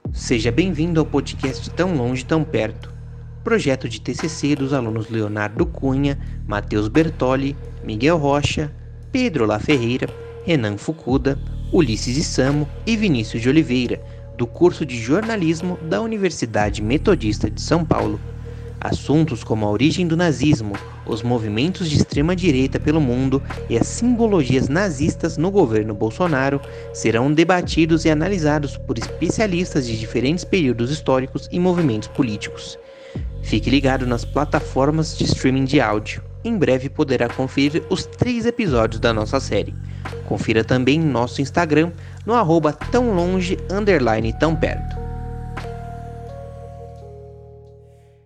Seja bem-vindo ao podcast Tão Longe, Tão Perto, projeto de TCC dos alunos Leonardo Cunha, Matheus Bertoli, Miguel Rocha, Pedro La Ferreira, Renan Fukuda, Ulisses Isamo e Vinícius de Oliveira, do curso de jornalismo da Universidade Metodista de São Paulo. Assuntos como a origem do nazismo, os movimentos de extrema-direita pelo mundo e as simbologias nazistas no governo Bolsonaro serão debatidos e analisados por especialistas de diferentes períodos históricos e movimentos políticos. Fique ligado nas plataformas de streaming de áudio. Em breve poderá conferir os 3 episódios da nossa série. Confira também nosso Instagram no @tãolonge_tãoperto.